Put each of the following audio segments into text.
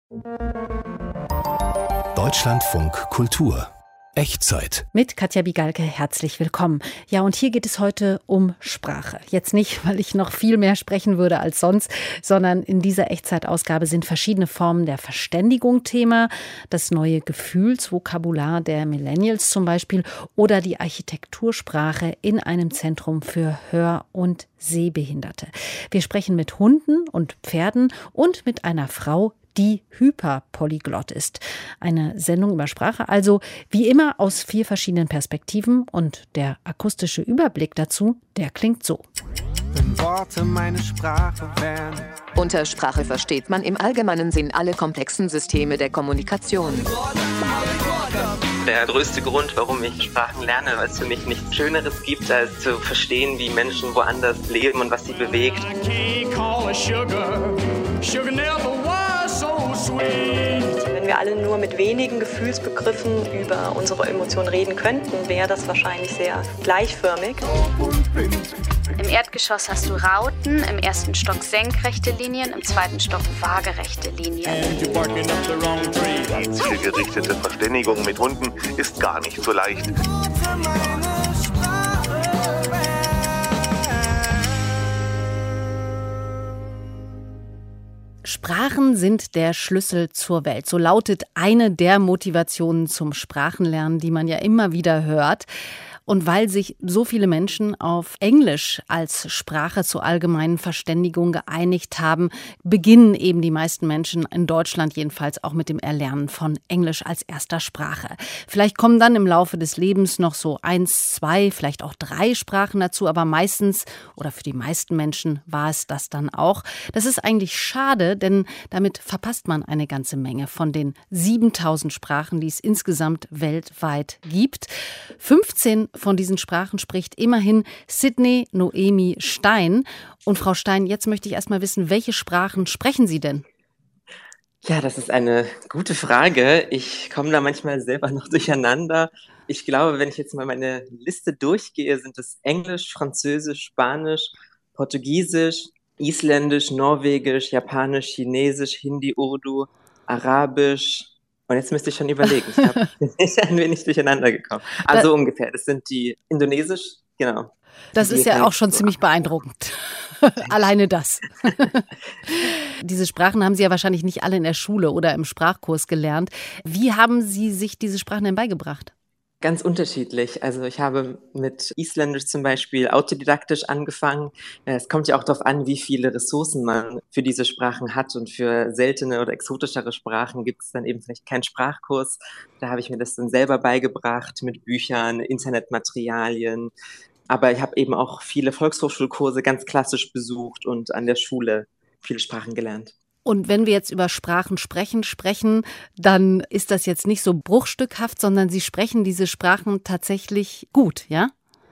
Deutschlandfunk Kultur. Echtzeit. Mit Katja Bigalke herzlich willkommen. Ja, und hier geht es heute um Sprache. Jetzt nicht, weil ich noch viel mehr sprechen würde als sonst, sondern in dieser Echtzeitausgabe sind verschiedene Formen der Verständigung Thema, das neue Gefühlsvokabular der Millennials zum Beispiel oder die Architektursprache in einem Zentrum für Hör- und Sehbehinderte. Wir sprechen mit Hunden und Pferden und mit einer Frau, die hyperpolyglott ist. Eine Sendung über Sprache, also wie immer aus 4 verschiedenen Perspektiven und der akustische Überblick dazu, der klingt so. Wenn Worte meine Sprache wären. Unter Sprache versteht man im allgemeinen Sinn alle komplexen Systeme der Kommunikation. Der größte Grund, warum ich Sprachen lerne, weil es für mich nichts Schöneres gibt, als zu verstehen, wie Menschen woanders leben und was sie bewegt. Wenn wir alle nur mit wenigen Gefühlsbegriffen über unsere Emotionen reden könnten, wäre das wahrscheinlich sehr gleichförmig. Im Erdgeschoss hast du Rauten, im ersten Stock senkrechte Linien, im zweiten Stock waagerechte Linien. Zielgerichtete Verständigung mit Hunden ist gar nicht so leicht. Sprachen sind der Schlüssel zur Welt. So lautet eine der Motivationen zum Sprachenlernen, die man ja immer wieder hört. Und weil sich so viele Menschen auf Englisch als Sprache zur allgemeinen Verständigung geeinigt haben, beginnen eben die meisten Menschen in Deutschland jedenfalls auch mit dem Erlernen von Englisch als erster Sprache. Vielleicht kommen dann im Laufe des Lebens noch so 1, 2, vielleicht auch 3 Sprachen dazu, aber meistens oder für die meisten Menschen war es das dann auch. Das ist eigentlich schade, denn damit verpasst man eine ganze Menge von den 7000 Sprachen, die es insgesamt weltweit gibt. 15 von diesen Sprachen spricht immerhin Sydney Noemi Stein. Und Frau Stein, jetzt möchte ich erst mal wissen, welche Sprachen sprechen Sie denn? Ja, das ist eine gute Frage. Ich komme da manchmal selber noch durcheinander. Ich glaube, wenn ich jetzt mal meine Liste durchgehe, sind es Englisch, Französisch, Spanisch, Portugiesisch, Isländisch, Norwegisch, Japanisch, Chinesisch, Hindi, Urdu, Arabisch. Und jetzt müsste ich schon überlegen. Ich bin ein wenig durcheinander gekommen. Also ungefähr. Das sind die Indonesisch, genau. Das ist ja auch schon ziemlich beeindruckend. Alleine das. Diese Sprachen haben Sie ja wahrscheinlich nicht alle in der Schule oder im Sprachkurs gelernt. Wie haben Sie sich diese Sprachen denn beigebracht? Ganz unterschiedlich. Also ich habe mit Isländisch zum Beispiel autodidaktisch angefangen. Es kommt ja auch darauf an, wie viele Ressourcen man für diese Sprachen hat. Und für seltene oder exotischere Sprachen gibt es dann eben vielleicht keinen Sprachkurs. Da habe ich mir das dann selber beigebracht mit Büchern, Internetmaterialien. Aber ich habe eben auch viele Volkshochschulkurse ganz klassisch besucht und an der Schule viele Sprachen gelernt. Und wenn wir jetzt über Sprachen sprechen, dann ist das jetzt nicht so bruchstückhaft, sondern Sie sprechen diese Sprachen tatsächlich gut, ja?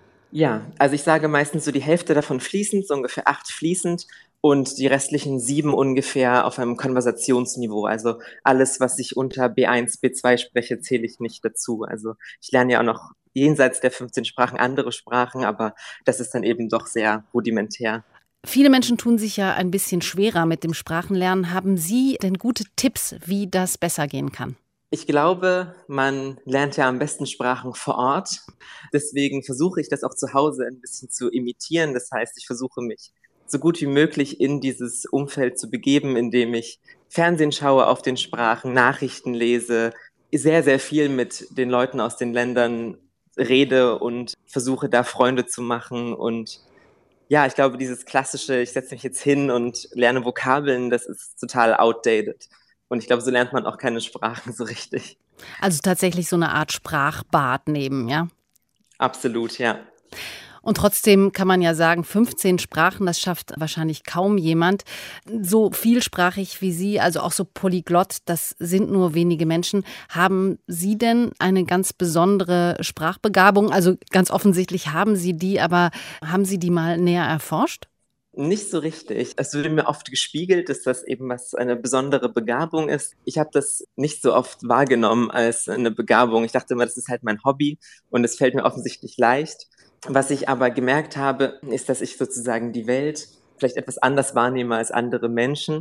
Ja, also ich sage meistens so die Hälfte davon fließend, so ungefähr 8 fließend und die restlichen 7 ungefähr auf einem Konversationsniveau. Also alles, was ich unter B1, B2 spreche, zähle ich nicht dazu. Also ich lerne ja auch noch jenseits der 15 Sprachen andere Sprachen, aber das ist dann eben doch sehr rudimentär. Viele Menschen tun sich ja ein bisschen schwerer mit dem Sprachenlernen. Haben Sie denn gute Tipps, wie das besser gehen kann? Ich glaube, man lernt ja am besten Sprachen vor Ort. Deswegen versuche ich das auch zu Hause ein bisschen zu imitieren. Das heißt, ich versuche mich so gut wie möglich in dieses Umfeld zu begeben, indem ich Fernsehen schaue auf den Sprachen, Nachrichten lese, sehr, sehr viel mit den Leuten aus den Ländern rede und versuche da Freunde zu machen. Und ja, ich glaube, dieses klassische, ich setze mich jetzt hin und lerne Vokabeln, das ist total outdated. Und ich glaube, so lernt man auch keine Sprachen so richtig. Also tatsächlich so eine Art Sprachbad nehmen, ja? Absolut, ja. Und trotzdem kann man ja sagen, 15 Sprachen, das schafft wahrscheinlich kaum jemand. So vielsprachig wie Sie, also auch so polyglott, das sind nur wenige Menschen. Haben Sie denn eine ganz besondere Sprachbegabung? Also ganz offensichtlich haben Sie die, aber haben Sie die mal näher erforscht? Nicht so richtig. Es wurde mir oft gespiegelt, dass das eben eine besondere Begabung ist. Ich habe das nicht so oft wahrgenommen als eine Begabung. Ich dachte immer, das ist halt mein Hobby und es fällt mir offensichtlich leicht. Was ich aber gemerkt habe, ist, dass ich sozusagen die Welt vielleicht etwas anders wahrnehme als andere Menschen.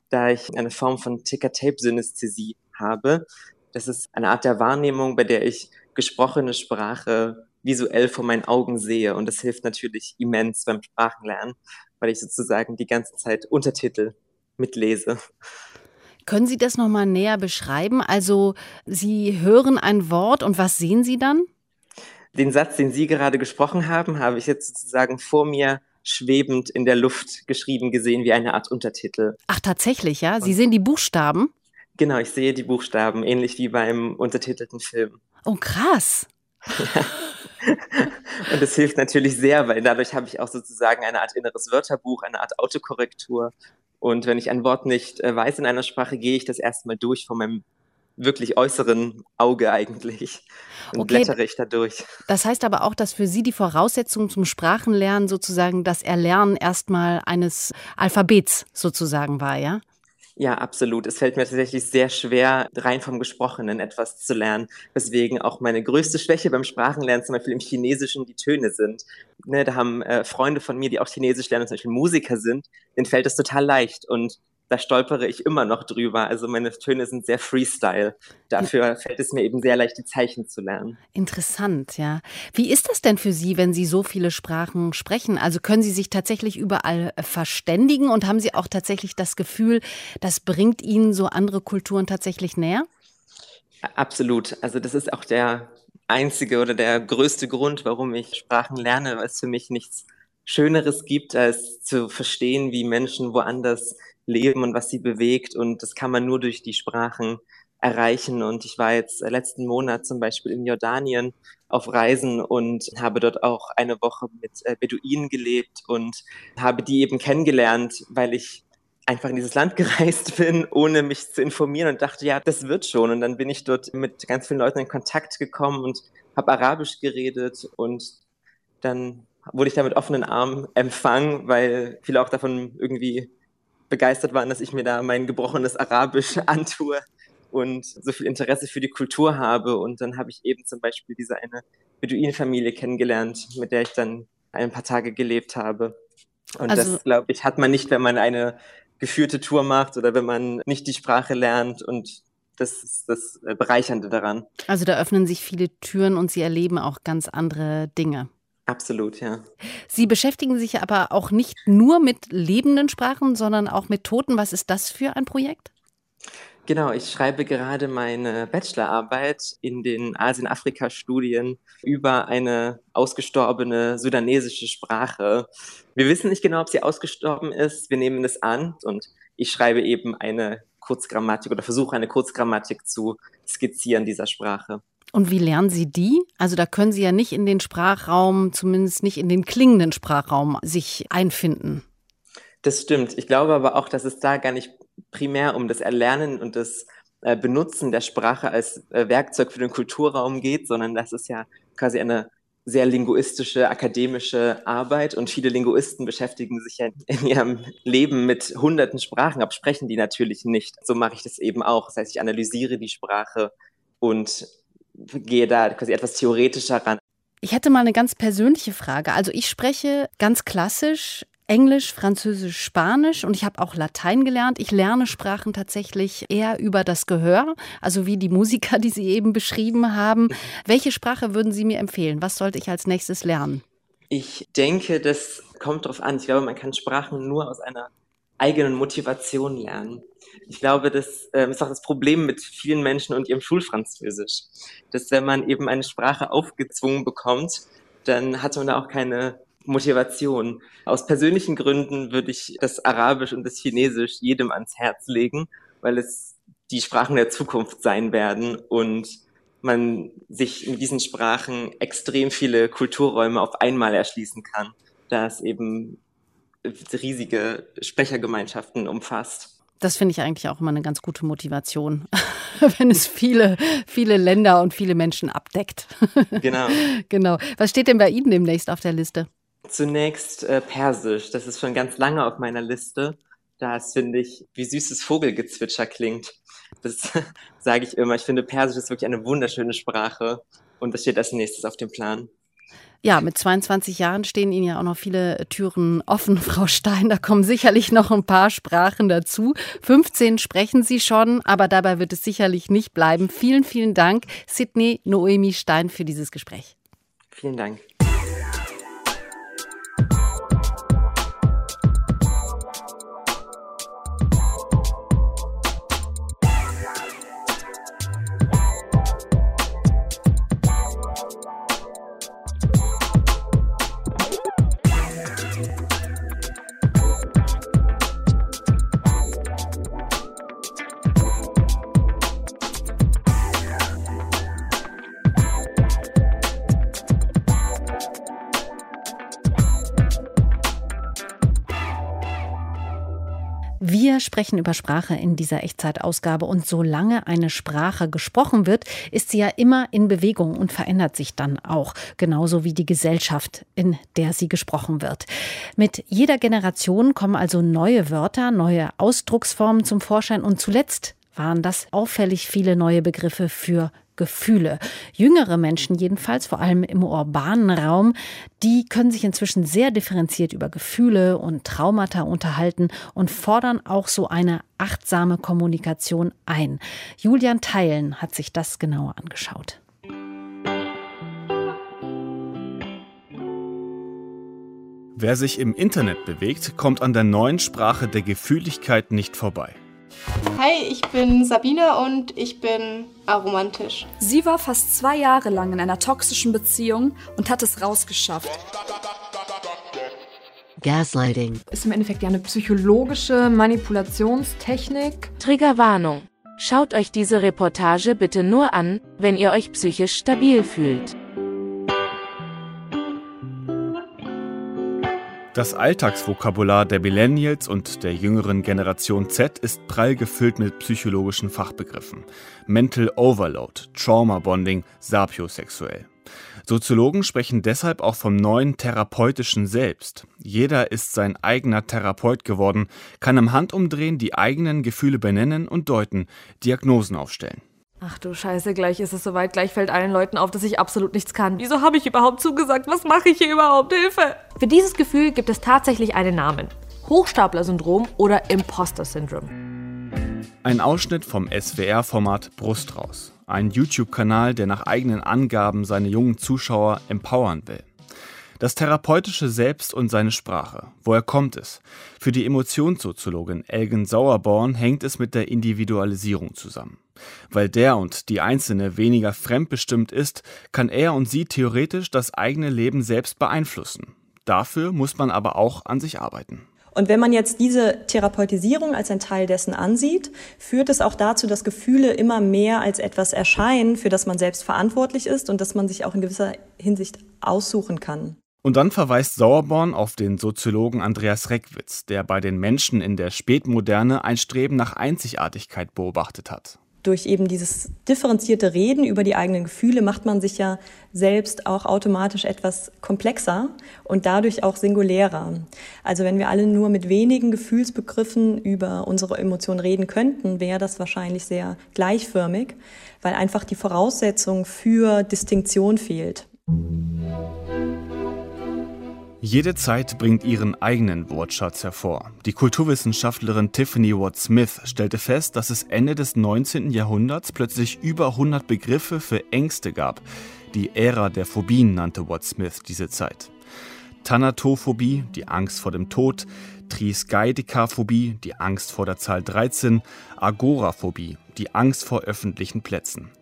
da ich eine Form von Ticker-Tape-Synästhesie habe. Das ist eine Art der Wahrnehmung, bei der ich gesprochene Sprache visuell vor meinen Augen sehe. Und das hilft natürlich immens beim Sprachenlernen, weil ich sozusagen die ganze Zeit Untertitel mitlese. Können Sie das nochmal näher beschreiben? Also Sie hören ein Wort und was sehen Sie dann? Den Satz, den Sie gerade gesprochen haben, habe ich jetzt sozusagen vor mir schwebend in der Luft geschrieben gesehen, wie eine Art Untertitel. Ach, tatsächlich, ja? Sie sehen die Buchstaben? Genau, ich sehe die Buchstaben, ähnlich wie beim untertitelten Film. Oh, krass. Ja. Und es hilft natürlich sehr, weil dadurch habe ich auch sozusagen eine Art inneres Wörterbuch, eine Art Autokorrektur. Und wenn ich ein Wort nicht weiß in einer Sprache, gehe ich das erstmal durch von meinem wirklich äußeren Auge eigentlich und blättere ich da durch. Das heißt aber auch, dass für Sie die Voraussetzung zum Sprachenlernen sozusagen das Erlernen erstmal eines Alphabets sozusagen war, ja? Ja, absolut. Es fällt mir tatsächlich sehr schwer, rein vom Gesprochenen etwas zu lernen, weswegen auch meine größte Schwäche beim Sprachenlernen zum Beispiel im Chinesischen die Töne sind. Ne, da haben Freunde von mir, die auch Chinesisch lernen, zum Beispiel Musiker sind, denen fällt das total leicht und da stolpere ich immer noch drüber. Also meine Töne sind sehr Freestyle. Dafür fällt es mir eben sehr leicht, die Zeichen zu lernen. Interessant, ja. Wie ist das denn für Sie, wenn Sie so viele Sprachen sprechen? Also können Sie sich tatsächlich überall verständigen und haben Sie auch tatsächlich das Gefühl, das bringt Ihnen so andere Kulturen tatsächlich näher? Absolut. Also das ist auch der einzige oder der größte Grund, warum ich Sprachen lerne, weil es für mich nichts Schöneres gibt, als zu verstehen, wie Menschen woanders leben und was sie bewegt. Und das kann man nur durch die Sprachen erreichen. Und ich war jetzt letzten Monat zum Beispiel in Jordanien auf Reisen und habe dort auch eine Woche mit Beduinen gelebt und habe die eben kennengelernt, weil ich einfach in dieses Land gereist bin, ohne mich zu informieren und dachte, ja, das wird schon. Und dann bin ich dort mit ganz vielen Leuten in Kontakt gekommen und habe Arabisch geredet und dann wurde ich da mit offenen Armen empfangen, weil viele auch davon irgendwie begeistert waren, dass ich mir da mein gebrochenes Arabisch antue und so viel Interesse für die Kultur habe. Und dann habe ich eben zum Beispiel diese eine Beduinenfamilie kennengelernt, mit der ich dann ein paar Tage gelebt habe. Und also, das, glaube ich, hat man nicht, wenn man eine geführte Tour macht oder wenn man nicht die Sprache lernt. Und das ist das Bereichernde daran. Also da öffnen sich viele Türen und Sie erleben auch ganz andere Dinge. Absolut, ja. Sie beschäftigen sich aber auch nicht nur mit lebenden Sprachen, sondern auch mit Toten. Was ist das für ein Projekt? Genau, ich schreibe gerade meine Bachelorarbeit in den Asien-Afrika-Studien über eine ausgestorbene sudanesische Sprache. Wir wissen nicht genau, ob sie ausgestorben ist. Wir nehmen es an und ich schreibe eben eine Kurzgrammatik oder versuche eine Kurzgrammatik zu skizzieren dieser Sprache. Und wie lernen Sie die? Also da können Sie ja nicht in den Sprachraum, zumindest nicht in den klingenden Sprachraum, sich einfinden. Das stimmt. Ich glaube aber auch, dass es da gar nicht primär um das Erlernen und das Benutzen der Sprache als Werkzeug für den Kulturraum geht, sondern dass es ja quasi eine sehr linguistische, akademische Arbeit und viele Linguisten beschäftigen sich ja in ihrem Leben mit hunderten Sprachen, aber sprechen die natürlich nicht. So mache ich das eben auch. Das heißt, ich analysiere die Sprache und gehe da quasi etwas theoretischer ran. Ich hätte mal eine ganz persönliche Frage. Also ich spreche ganz klassisch Englisch, Französisch, Spanisch und ich habe auch Latein gelernt. Ich lerne Sprachen tatsächlich eher über das Gehör, also wie die Musiker, die Sie eben beschrieben haben. Welche Sprache würden Sie mir empfehlen? Was sollte ich als nächstes lernen? Ich denke, das kommt drauf an. Ich glaube, man kann Sprachen nur aus einer eigenen Motivation lernen. Ich glaube, das ist auch das Problem mit vielen Menschen und ihrem Schulfranzösisch, dass wenn man eben eine Sprache aufgezwungen bekommt, dann hat man da auch keine Motivation. Aus persönlichen Gründen würde ich das Arabisch und das Chinesisch jedem ans Herz legen, weil es die Sprachen der Zukunft sein werden und man sich in diesen Sprachen extrem viele Kulturräume auf einmal erschließen kann, da es eben riesige Sprechergemeinschaften umfasst. Das finde ich eigentlich auch immer eine ganz gute Motivation, wenn es viele, viele Länder und viele Menschen abdeckt. Genau. Genau. Was steht denn bei Ihnen demnächst auf der Liste? Zunächst Persisch. Das ist schon ganz lange auf meiner Liste. Das finde ich, wie süßes Vogelgezwitscher klingt. Das sage ich immer. Ich finde, Persisch ist wirklich eine wunderschöne Sprache und das steht als nächstes auf dem Plan. Ja, mit 22 Jahren stehen Ihnen ja auch noch viele Türen offen, Frau Stein. Da kommen sicherlich noch ein paar Sprachen dazu. 15 sprechen Sie schon, aber dabei wird es sicherlich nicht bleiben. Vielen, vielen Dank, Sydney Noemi Stein, für dieses Gespräch. Vielen Dank. Wir sprechen über Sprache in dieser Echtzeitausgabe und solange eine Sprache gesprochen wird, ist sie ja immer in Bewegung und verändert sich dann auch, genauso wie die Gesellschaft, in der sie gesprochen wird. Mit jeder Generation kommen also neue Wörter, neue Ausdrucksformen zum Vorschein und zuletzt waren das auffällig viele neue Begriffe für Gefühle. Jüngere Menschen jedenfalls, vor allem im urbanen Raum, die können sich inzwischen sehr differenziert über Gefühle und Traumata unterhalten und fordern auch so eine achtsame Kommunikation ein. Julian Theilen hat sich das genauer angeschaut. Wer sich im Internet bewegt, kommt an der neuen Sprache der Gefühligkeit nicht vorbei. Hi, ich bin Sabine und ich bin aromantisch. Sie war fast 2 Jahre lang in einer toxischen Beziehung und hat es rausgeschafft. Gaslighting ist im Endeffekt ja eine psychologische Manipulationstechnik. Triggerwarnung. Schaut euch diese Reportage bitte nur an, wenn ihr euch psychisch stabil fühlt. Das Alltagsvokabular der Millennials und der jüngeren Generation Z ist prall gefüllt mit psychologischen Fachbegriffen. Mental Overload, Trauma Bonding, sapiosexuell. Soziologen sprechen deshalb auch vom neuen therapeutischen Selbst. Jeder ist sein eigener Therapeut geworden, kann im Handumdrehen die eigenen Gefühle benennen und deuten, Diagnosen aufstellen. Ach du Scheiße, gleich ist es soweit, gleich fällt allen Leuten auf, dass ich absolut nichts kann. Wieso habe ich überhaupt zugesagt? Was mache ich hier überhaupt? Hilfe! Für dieses Gefühl gibt es tatsächlich einen Namen. Hochstapler-Syndrom oder Imposter-Syndrom. Ein Ausschnitt vom SWR-Format Brust raus. Ein YouTube-Kanal, der nach eigenen Angaben seine jungen Zuschauer empowern will. Das therapeutische Selbst und seine Sprache. Woher kommt es? Für die Emotionssoziologin Elgin Sauerborn hängt es mit der Individualisierung zusammen. Weil der und die Einzelne weniger fremdbestimmt ist, kann er und sie theoretisch das eigene Leben selbst beeinflussen. Dafür muss man aber auch an sich arbeiten. Und wenn man jetzt diese Therapeutisierung als ein Teil dessen ansieht, führt es auch dazu, dass Gefühle immer mehr als etwas erscheinen, für das man selbst verantwortlich ist und das man sich auch in gewisser Hinsicht aussuchen kann. Und dann verweist Sauerborn auf den Soziologen Andreas Reckwitz, der bei den Menschen in der Spätmoderne ein Streben nach Einzigartigkeit beobachtet hat. Durch eben dieses differenzierte Reden über die eigenen Gefühle macht man sich ja selbst auch automatisch etwas komplexer und dadurch auch singulärer. Also wenn wir alle nur mit wenigen Gefühlsbegriffen über unsere Emotionen reden könnten, wäre das wahrscheinlich sehr gleichförmig, weil einfach die Voraussetzung für Distinktion fehlt. Jede Zeit bringt ihren eigenen Wortschatz hervor. Die Kulturwissenschaftlerin Tiffany Watt-Smith stellte fest, dass es Ende des 19. Jahrhunderts plötzlich über 100 Begriffe für Ängste gab. Die Ära der Phobien nannte Watt-Smith diese Zeit. Thanatophobie, die Angst vor dem Tod, Triskaidekaphobie, die Angst vor der Zahl 13, Agoraphobie, die Angst vor öffentlichen Plätzen.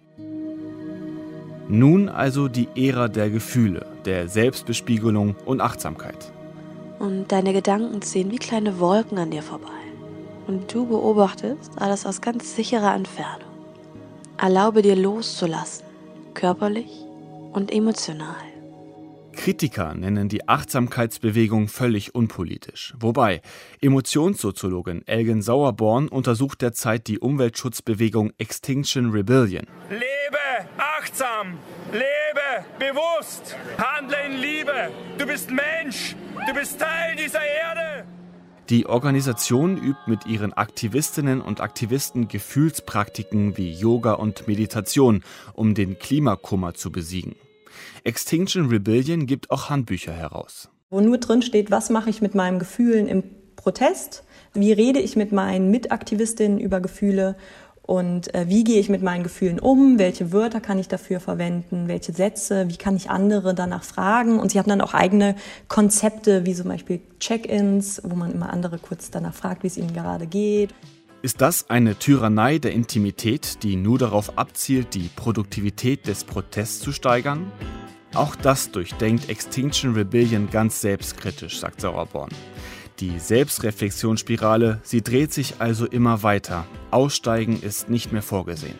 Nun also die Ära der Gefühle, der Selbstbespiegelung und Achtsamkeit. Und deine Gedanken ziehen wie kleine Wolken an dir vorbei. Und du beobachtest alles aus ganz sicherer Entfernung. Erlaube dir loszulassen, körperlich und emotional. Kritiker nennen die Achtsamkeitsbewegung völlig unpolitisch. Wobei Emotionssoziologin Elgin Sauerborn untersucht derzeit die Umweltschutzbewegung Extinction Rebellion. Lebe achtsam, lebe bewusst, handle in Liebe. Du bist Mensch, du bist Teil dieser Erde. Die Organisation übt mit ihren Aktivistinnen und Aktivisten Gefühlspraktiken wie Yoga und Meditation, um den Klimakummer zu besiegen. Extinction Rebellion gibt auch Handbücher heraus. Wo nur drin steht, was mache ich mit meinen Gefühlen im Protest, wie rede ich mit meinen Mitaktivistinnen über Gefühle und wie gehe ich mit meinen Gefühlen um, welche Wörter kann ich dafür verwenden, welche Sätze, wie kann ich andere danach fragen. Und sie haben dann auch eigene Konzepte, wie zum Beispiel Check-ins, wo man immer andere kurz danach fragt, wie es ihnen gerade geht. Ist das eine Tyrannei der Intimität, die nur darauf abzielt, die Produktivität des Protests zu steigern? Auch das durchdenkt Extinction Rebellion ganz selbstkritisch, sagt Sauerborn. Die Selbstreflexionsspirale, sie dreht sich also immer weiter. Aussteigen ist nicht mehr vorgesehen.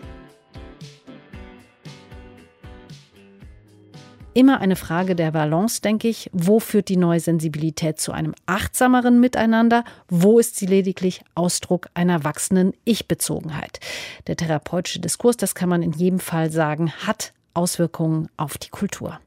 Immer eine Frage der Balance, denke ich. Wo führt die neue Sensibilität zu einem achtsameren Miteinander? Wo ist sie lediglich Ausdruck einer wachsenden Ich-Bezogenheit? Der therapeutische Diskurs, das kann man in jedem Fall sagen, hat Auswirkungen auf die Kultur.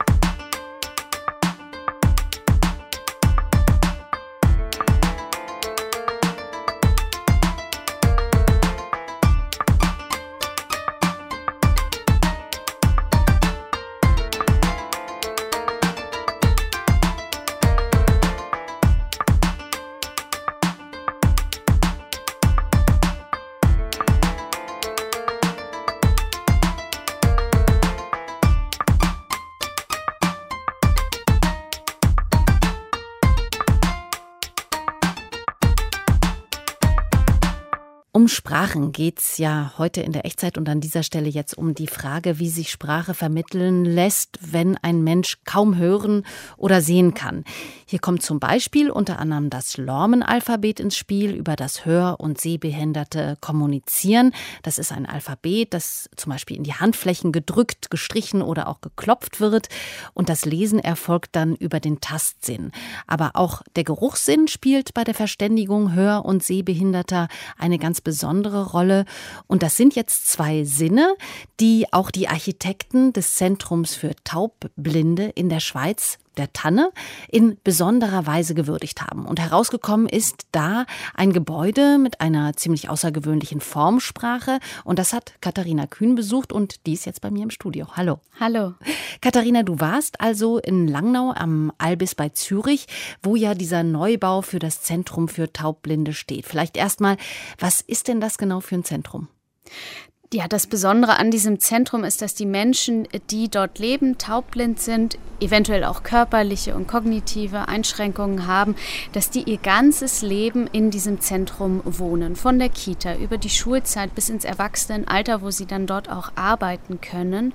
Um Sprachen geht's ja heute in der Echtzeit und an dieser Stelle jetzt um die Frage, wie sich Sprache vermitteln lässt, wenn ein Mensch kaum hören oder sehen kann. Hier kommt zum Beispiel unter anderem das Lormen-Alphabet ins Spiel, über das Hör- und Sehbehinderte kommunizieren. Das ist ein Alphabet, das zum Beispiel in die Handflächen gedrückt, gestrichen oder auch geklopft wird. Und das Lesen erfolgt dann über den Tastsinn. Aber auch der Geruchssinn spielt bei der Verständigung Hör- und Sehbehinderter eine ganz besondere Rolle. Und das sind jetzt zwei Sinne, die auch die Architekten des Zentrums für Taubblinde in der Schweiz, der Tanne, in besonderer Weise gewürdigt haben. Und herausgekommen ist da ein Gebäude mit einer ziemlich außergewöhnlichen Formsprache. Und das hat Katharina Kühn besucht und die ist jetzt bei mir im Studio. Hallo. Hallo. Katharina, du warst also in Langnau am Albis bei Zürich, wo ja dieser Neubau für das Zentrum für Taubblinde steht. Vielleicht erstmal, was ist denn das genau für ein Zentrum? Ja, das Besondere an diesem Zentrum ist, dass die Menschen, die dort leben, taubblind sind, eventuell auch körperliche und kognitive Einschränkungen haben, dass die ihr ganzes Leben in diesem Zentrum wohnen. Von der Kita über die Schulzeit bis ins Erwachsenenalter, wo sie dann dort auch arbeiten können.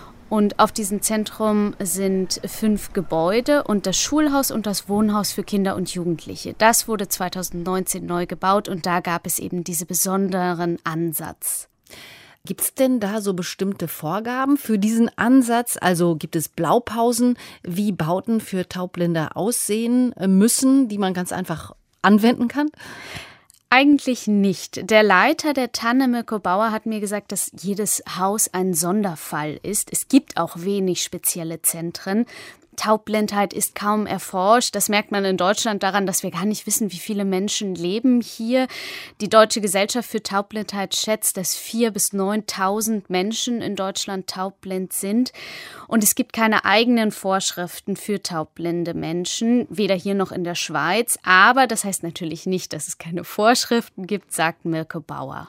Und auf diesem Zentrum sind 5 Gebäude und das Schulhaus und das Wohnhaus für Kinder und Jugendliche. Das wurde 2019 neu gebaut und da gab es eben diesen besonderen Ansatz. Gibt es denn da so bestimmte Vorgaben für diesen Ansatz? Also gibt es Blaupausen, wie Bauten für Taubblinde aussehen müssen, die man ganz einfach anwenden kann? Eigentlich nicht. Der Leiter der Tanne, Mirko Bauer, hat mir gesagt, dass jedes Haus ein Sonderfall ist. Es gibt auch wenig spezielle Zentren. Taubblindheit ist kaum erforscht. Das merkt man in Deutschland daran, dass wir gar nicht wissen, wie viele Menschen leben hier. Die Deutsche Gesellschaft für Taubblindheit schätzt, dass 4.000 bis 9.000 Menschen in Deutschland taubblind sind. Und es gibt keine eigenen Vorschriften für taubblinde Menschen, weder hier noch in der Schweiz. Aber das heißt natürlich nicht, dass es keine Vorschriften gibt, sagt Mirko Bauer.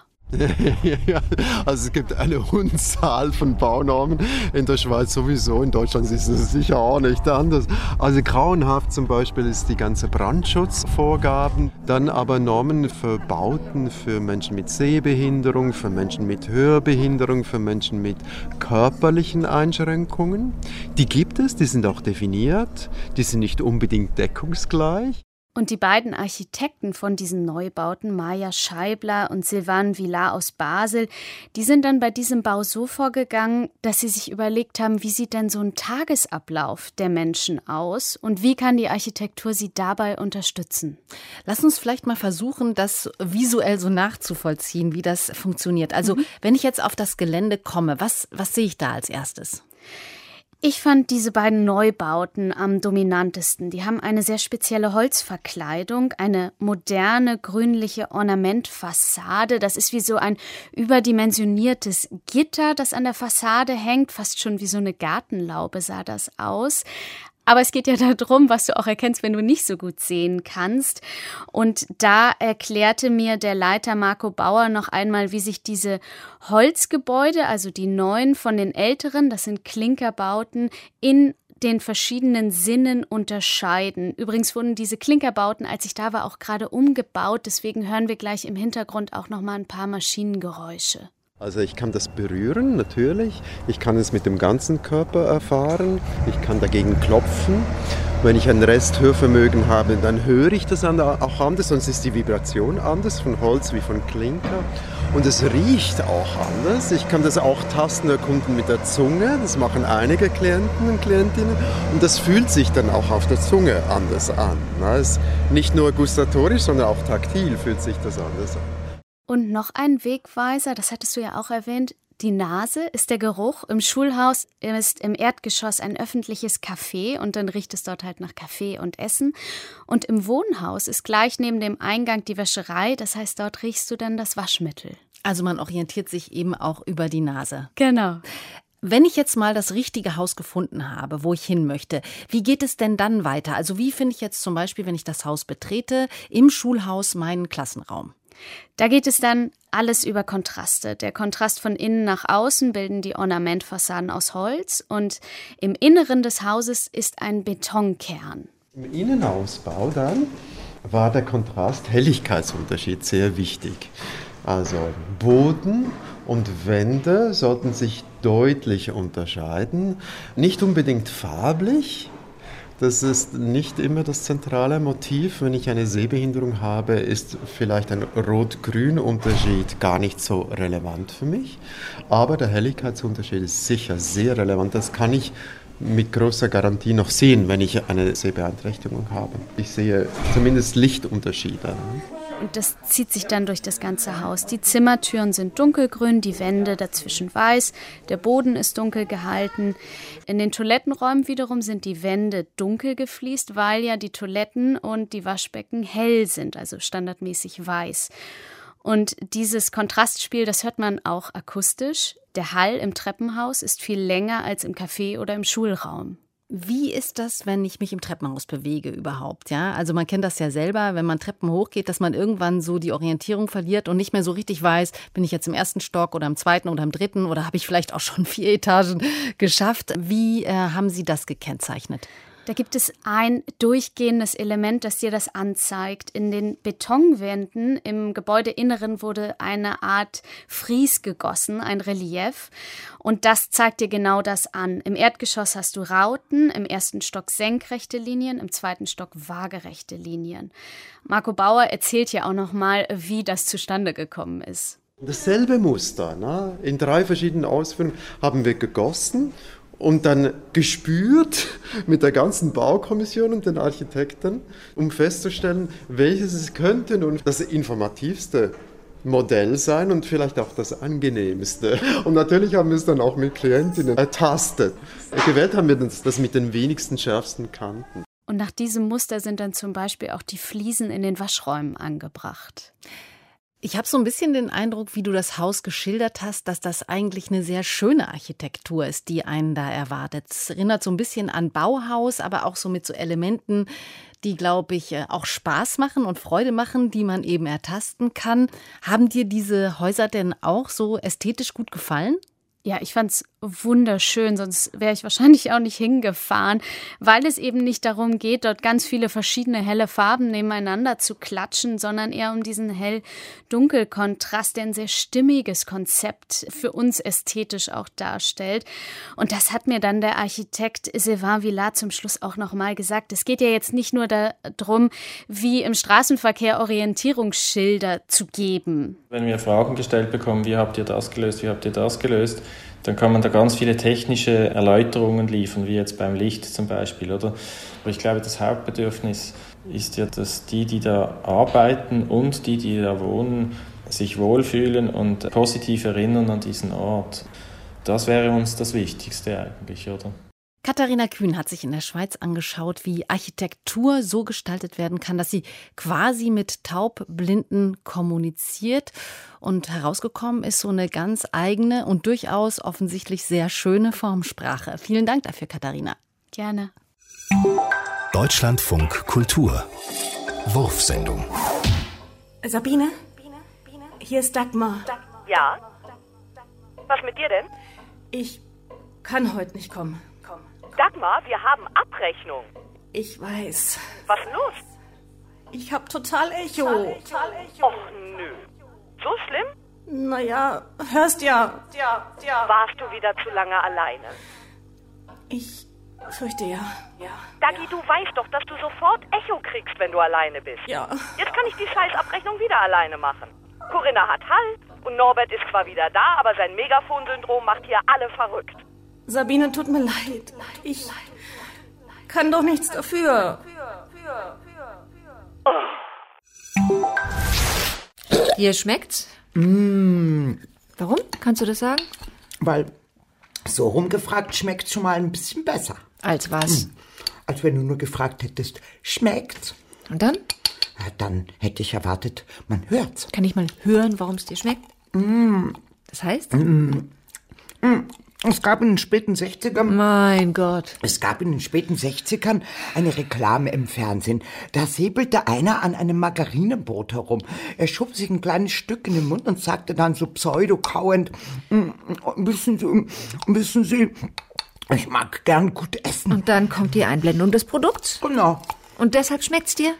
Ja, also es gibt eine Unzahl von Baunormen in der Schweiz sowieso, in Deutschland ist es sicher auch nicht anders. Also grauenhaft zum Beispiel ist die ganze Brandschutzvorgaben, dann aber Normen für Bauten für Menschen mit Sehbehinderung, für Menschen mit Hörbehinderung, für Menschen mit körperlichen Einschränkungen. Die gibt es, die sind auch definiert, die sind nicht unbedingt deckungsgleich. Und die beiden Architekten von diesen Neubauten, Maja Scheibler und Sylvain Villard aus Basel, die sind dann bei diesem Bau so vorgegangen, dass sie sich überlegt haben, wie sieht denn so ein Tagesablauf der Menschen aus und wie kann die Architektur sie dabei unterstützen? Lass uns vielleicht mal versuchen, das visuell so nachzuvollziehen, wie das funktioniert. Also wenn ich jetzt auf das Gelände komme, was sehe ich da als erstes? Ich fand diese beiden Neubauten am dominantesten. Die haben eine sehr spezielle Holzverkleidung, eine moderne grünliche Ornamentfassade. Das ist wie so ein überdimensioniertes Gitter, das an der Fassade hängt. Fast schon wie so eine Gartenlaube sah das aus. Aber es geht ja darum, was du auch erkennst, wenn du nicht so gut sehen kannst. Und da erklärte mir der Leiter Marco Bauer noch einmal, wie sich diese Holzgebäude, also die neuen von den älteren, das sind Klinkerbauten, in den verschiedenen Sinnen unterscheiden. Übrigens wurden diese Klinkerbauten, als ich da war, auch gerade umgebaut. Deswegen hören wir gleich im Hintergrund auch noch mal ein paar Maschinengeräusche. Also ich kann das berühren, natürlich. Ich kann es mit dem ganzen Körper erfahren. Ich kann dagegen klopfen. Wenn ich ein Resthörvermögen habe, dann höre ich das auch anders, sonst ist die Vibration anders von Holz wie von Klinker. Und es riecht auch anders. Ich kann das auch tasten, erkunden mit der Zunge. Das machen einige Klienten und Klientinnen. Und das fühlt sich dann auch auf der Zunge anders an. Es ist nicht nur gustatorisch, sondern auch taktil fühlt sich das anders an. Und noch ein Wegweiser, das hattest du ja auch erwähnt, die Nase ist der Geruch. Im Schulhaus ist im Erdgeschoss ein öffentliches Café und dann riecht es dort halt nach Kaffee und Essen. Und im Wohnhaus ist gleich neben dem Eingang die Wäscherei, das heißt, dort riechst du dann das Waschmittel. Also man orientiert sich eben auch über die Nase. Genau. Wenn ich jetzt mal das richtige Haus gefunden habe, wo ich hin möchte, wie geht es denn dann weiter? Also wie finde ich jetzt zum Beispiel, wenn ich das Haus betrete, im Schulhaus meinen Klassenraum? Da geht es dann alles über Kontraste. Der Kontrast von innen nach außen bilden die Ornamentfassaden aus Holz und im Inneren des Hauses ist ein Betonkern. Im Innenausbau dann war der Kontrast-Helligkeitsunterschied sehr wichtig. Also Boden und Wände sollten sich deutlich unterscheiden, nicht unbedingt farblich. Das ist nicht immer das zentrale Motiv. Wenn ich eine Sehbehinderung habe, ist vielleicht ein Rot-Grün-Unterschied gar nicht so relevant für mich. Aber der Helligkeitsunterschied ist sicher sehr relevant. Das kann ich mit großer Garantie noch sehen, wenn ich eine Sehbeeinträchtigung habe. Ich sehe zumindest Lichtunterschiede. Und das zieht sich dann durch das ganze Haus. Die Zimmertüren sind dunkelgrün, die Wände dazwischen weiß, der Boden ist dunkel gehalten. In den Toilettenräumen wiederum sind die Wände dunkel gefliest, weil ja die Toiletten und die Waschbecken hell sind, also standardmäßig weiß. Und dieses Kontrastspiel, das hört man auch akustisch. Der Hall im Treppenhaus ist viel länger als im Café oder im Schulraum. Wie ist das, wenn ich mich im Treppenhaus bewege überhaupt? Ja, also man kennt das ja selber, wenn man Treppen hochgeht, dass man irgendwann so die Orientierung verliert und nicht mehr so richtig weiß, bin ich jetzt im ersten Stock oder im zweiten oder im dritten oder habe ich vielleicht auch schon 4 Etagen geschafft? Wie haben Sie das gekennzeichnet? Da gibt es ein durchgehendes Element, das dir das anzeigt. In den Betonwänden im Gebäudeinneren wurde eine Art Fries gegossen, ein Relief. Und das zeigt dir genau das an. Im Erdgeschoss hast du Rauten, im ersten Stock senkrechte Linien, im zweiten Stock waagerechte Linien. Marco Bauer erzählt ja auch noch mal, wie das zustande gekommen ist. Dasselbe Muster, ne? In 3 verschiedenen Ausführungen haben wir gegossen. Und dann gespürt mit der ganzen Baukommission und den Architekten, um festzustellen, welches es könnte nun das informativste Modell sein und vielleicht auch das angenehmste. Und natürlich haben wir es dann auch mit Klientinnen ertastet. Gewählt haben wir das mit den wenigsten schärfsten Kanten. Und nach diesem Muster sind dann zum Beispiel auch die Fliesen in den Waschräumen angebracht. Ich habe so ein bisschen den Eindruck, wie du das Haus geschildert hast, dass das eigentlich eine sehr schöne Architektur ist, die einen da erwartet. Es erinnert so ein bisschen an Bauhaus, aber auch so mit so Elementen, die, glaube ich, auch Spaß machen und Freude machen, die man eben ertasten kann. Haben dir diese Häuser denn auch so ästhetisch gut gefallen? Ja, ich fand's wunderschön, sonst wäre ich wahrscheinlich auch nicht hingefahren, weil es eben nicht darum geht, dort ganz viele verschiedene helle Farben nebeneinander zu klatschen, sondern eher um diesen Hell-Dunkel-Kontrast, der ein sehr stimmiges Konzept für uns ästhetisch auch darstellt. Und das hat mir dann der Architekt Sylvain Villard zum Schluss auch nochmal gesagt. Es geht ja jetzt nicht nur darum, wie im Straßenverkehr Orientierungsschilder zu geben. Wenn wir Fragen gestellt bekommen, wie habt ihr das gelöst, wie habt ihr das gelöst, dann kann man da ganz viele technische Erläuterungen liefern, wie jetzt beim Licht zum Beispiel, oder? Aber ich glaube, das Hauptbedürfnis ist ja, dass die da arbeiten und die da wohnen, sich wohlfühlen und positiv erinnern an diesen Ort. Das wäre uns das Wichtigste eigentlich, oder? Katharina Kühn hat sich in der Schweiz angeschaut, wie Architektur so gestaltet werden kann, dass sie quasi mit Taubblinden kommuniziert. Und herausgekommen ist so eine ganz eigene und durchaus offensichtlich sehr schöne Formsprache. Vielen Dank dafür, Katharina. Gerne. Deutschlandfunk Kultur. Wurfsendung. Sabine? Hier ist Dagmar. Ja? Was mit dir denn? Ich kann heute nicht kommen. Dagmar, wir haben Abrechnung. Ich weiß. Was ist los? Ich hab total Echo. Och nö. So schlimm? Naja, hörst ja. Warst du wieder zu lange alleine? Ich fürchte ja. Dagi, du weißt doch, dass du sofort Echo kriegst, wenn du alleine bist. Ja. Jetzt kann ich die Scheißabrechnung wieder alleine machen. Corinna hat Halt und Norbert ist zwar wieder da, aber sein Megafon-Syndrom macht hier alle verrückt. Sabine, tut mir leid. Ich kann doch nichts dafür. Dir schmeckt's? Warum? Kannst du das sagen? Weil, so rumgefragt, schmeckt's schon mal ein bisschen besser. Als was? Als wenn du nur gefragt hättest, schmeckt's? Und dann? Ja, dann hätte ich erwartet, man hört's. Kann ich mal hören, warum es dir schmeckt? Das heißt? Es gab in den späten 60ern... Mein Gott. Es gab in den späten 60ern eine Reklame im Fernsehen. Da säbelte einer an einem Margarineboot herum. Er schob sich ein kleines Stück in den Mund und sagte dann so pseudo-kauend, wissen Sie, ich mag gern gut essen. Und dann kommt die Einblendung des Produkts? Genau. Und deshalb schmeckt's dir?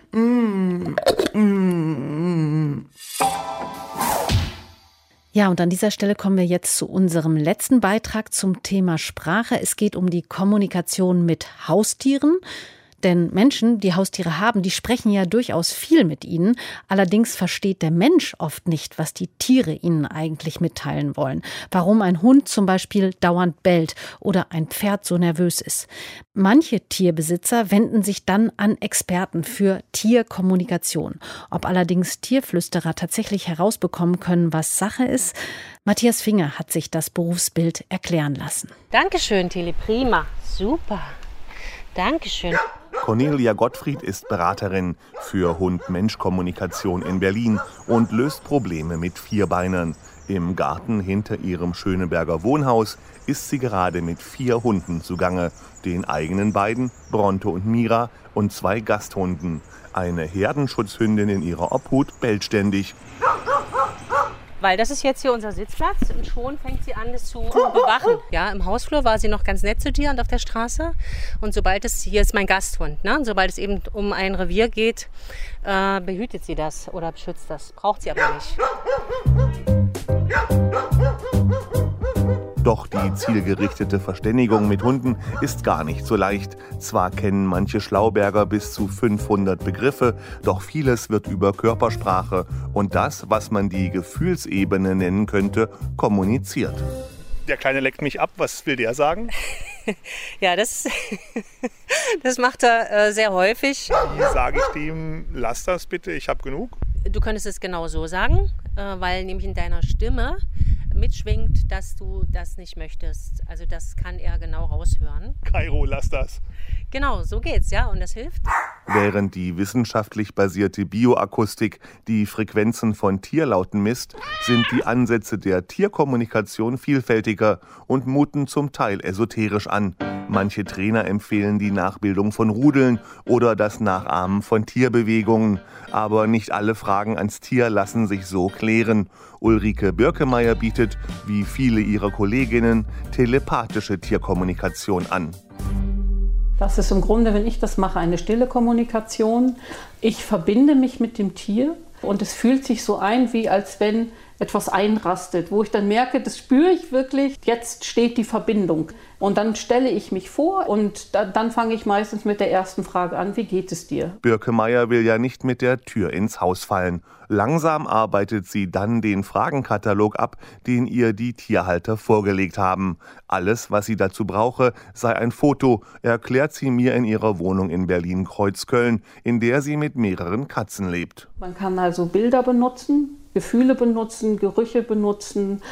Ja, und an dieser Stelle kommen wir jetzt zu unserem letzten Beitrag zum Thema Sprache. Es geht um die Kommunikation mit Haustieren. Denn Menschen, die Haustiere haben, die sprechen ja durchaus viel mit ihnen. Allerdings versteht der Mensch oft nicht, was die Tiere ihnen eigentlich mitteilen wollen. Warum ein Hund zum Beispiel dauernd bellt oder ein Pferd so nervös ist. Manche Tierbesitzer wenden sich dann an Experten für Tierkommunikation. Ob allerdings Tierflüsterer tatsächlich herausbekommen können, was Sache ist, Matthias Finger hat sich das Berufsbild erklären lassen. Dankeschön, Tele, prima, super. Dankeschön. Cornelia Gottfried ist Beraterin für Hund-Mensch-Kommunikation in Berlin und löst Probleme mit Vierbeinern. Im Garten hinter ihrem Schöneberger Wohnhaus ist sie gerade mit 4 Hunden zugange. Den eigenen beiden, Bronte und Mira, und 2 Gasthunden. Eine Herdenschutzhündin in ihrer Obhut bellt ständig. Weil das ist jetzt hier unser Sitzplatz und schon fängt sie an, das zu bewachen. Ja, im Hausflur war sie noch ganz nett zu dir und auf der Straße. Und sobald es, hier ist mein Gasthund, ne? Und sobald es eben um ein Revier geht, behütet sie das oder beschützt das. Braucht sie aber nicht. Doch die zielgerichtete Verständigung mit Hunden ist gar nicht so leicht. Zwar kennen manche Schlauberger bis zu 500 Begriffe, doch vieles wird über Körpersprache und das, was man die Gefühlsebene nennen könnte, kommuniziert. Der Kleine leckt mich ab, was will der sagen? Ja, das macht er sehr häufig. Wie sage ich dem, lass das bitte, ich habe genug? Du könntest es genau so sagen, weil nämlich in deiner Stimme mitschwingt, dass du das nicht möchtest. Also das kann er genau raushören. Kairo, lass das. Genau, so geht's, ja, und das hilft. Während die wissenschaftlich basierte Bioakustik die Frequenzen von Tierlauten misst, sind die Ansätze der Tierkommunikation vielfältiger und muten zum Teil esoterisch an. Manche Trainer empfehlen die Nachbildung von Rudeln oder das Nachahmen von Tierbewegungen. Aber nicht alle Fragen ans Tier lassen sich so klären. Ulrike Birkemeyer bietet, wie viele ihrer Kolleginnen, telepathische Tierkommunikation an. Das ist im Grunde, wenn ich das mache, eine stille Kommunikation. Ich verbinde mich mit dem Tier und es fühlt sich so ein, wie als wenn etwas einrastet, wo ich dann merke, das spüre ich wirklich, jetzt steht die Verbindung. Und dann stelle ich mich vor und dann fange ich meistens mit der ersten Frage an, wie geht es dir? Birkemeyer will ja nicht mit der Tür ins Haus fallen. Langsam arbeitet sie dann den Fragenkatalog ab, den ihr die Tierhalter vorgelegt haben. Alles, was sie dazu brauche, sei ein Foto, erklärt sie mir in ihrer Wohnung in Berlin-Kreuzköln, in der sie mit mehreren Katzen lebt. Man kann also Bilder benutzen, Gefühle benutzen, Gerüche benutzen,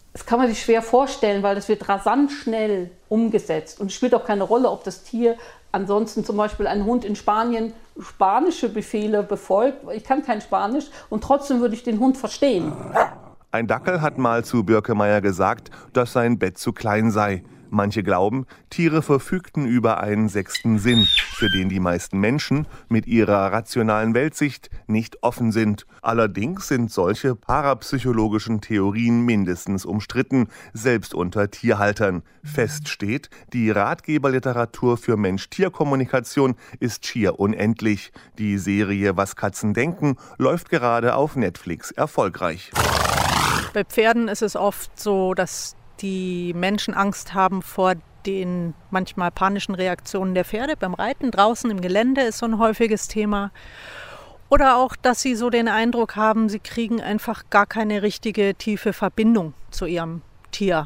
Das kann man sich schwer vorstellen, weil das wird rasant schnell umgesetzt. Und es spielt auch keine Rolle, ob das Tier ansonsten zum Beispiel ein Hund in Spanien spanische Befehle befolgt. Ich kann kein Spanisch und trotzdem würde ich den Hund verstehen. Ein Dackel hat mal zu Birkemeyer gesagt, dass sein Bett zu klein sei. Manche glauben, Tiere verfügten über einen 6. Sinn, für den die meisten Menschen mit ihrer rationalen Weltsicht nicht offen sind. Allerdings sind solche parapsychologischen Theorien mindestens umstritten, selbst unter Tierhaltern. Fest steht, die Ratgeberliteratur für Mensch-Tier-Kommunikation ist schier unendlich. Die Serie Was Katzen denken läuft gerade auf Netflix erfolgreich. Bei Pferden ist es oft so, dass die Menschen Angst haben vor den manchmal panischen Reaktionen der Pferde beim Reiten. Draußen im Gelände ist so ein häufiges Thema. Oder auch, dass sie so den Eindruck haben, sie kriegen einfach gar keine richtige tiefe Verbindung zu ihrem Tier.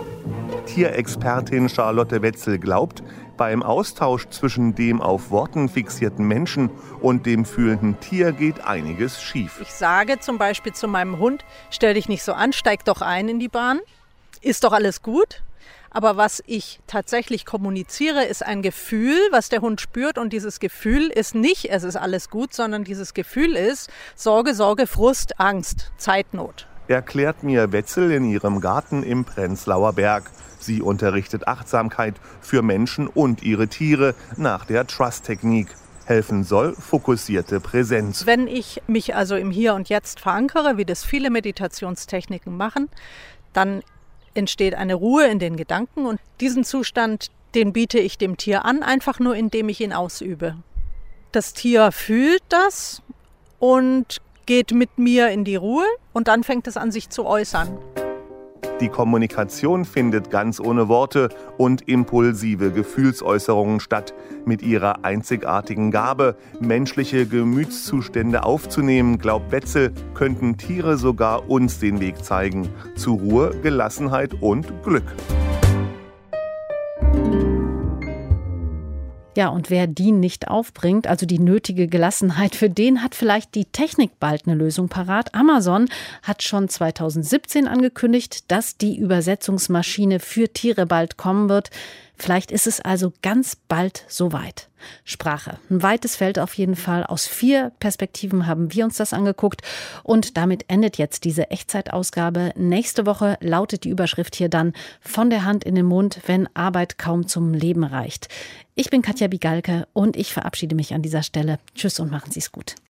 Tierexpertin Charlotte Wetzel glaubt, beim Austausch zwischen dem auf Worten fixierten Menschen und dem fühlenden Tier geht einiges schief. Ich sage zum Beispiel zu meinem Hund, stell dich nicht so an, steig doch ein in die Bahn. Ist doch alles gut, aber was ich tatsächlich kommuniziere, ist ein Gefühl, was der Hund spürt, und dieses Gefühl ist nicht, es ist alles gut, sondern dieses Gefühl ist Sorge, Sorge, Frust, Angst, Zeitnot. Erklärt mir Wetzel in ihrem Garten im Prenzlauer Berg. Sie unterrichtet Achtsamkeit für Menschen und ihre Tiere nach der Trust-Technik. Helfen soll fokussierte Präsenz. Wenn ich mich also im Hier und Jetzt verankere, wie das viele Meditationstechniken machen, dann entsteht eine Ruhe in den Gedanken, und diesen Zustand, den biete ich dem Tier an, einfach nur indem ich ihn ausübe. Das Tier fühlt das und geht mit mir in die Ruhe, und dann fängt es an, sich zu äußern. Die Kommunikation findet ganz ohne Worte und impulsive Gefühlsäußerungen statt. Mit ihrer einzigartigen Gabe, menschliche Gemütszustände aufzunehmen, glaubt Wetzel, könnten Tiere sogar uns den Weg zeigen. Zu Ruhe, Gelassenheit und Glück. Ja, und wer die nicht aufbringt, also die nötige Gelassenheit, für den hat vielleicht die Technik bald eine Lösung parat. Amazon hat schon 2017 angekündigt, dass die Übersetzungsmaschine für Tiere bald kommen wird. Vielleicht ist es also ganz bald soweit. Sprache, ein weites Feld auf jeden Fall. Aus 4 Perspektiven haben wir uns das angeguckt. Und damit endet jetzt diese Echtzeitausgabe. Nächste Woche lautet die Überschrift hier dann: Von der Hand in den Mund, wenn Arbeit kaum zum Leben reicht. Ich bin Katja Bigalke und ich verabschiede mich an dieser Stelle. Tschüss und machen Sie es gut.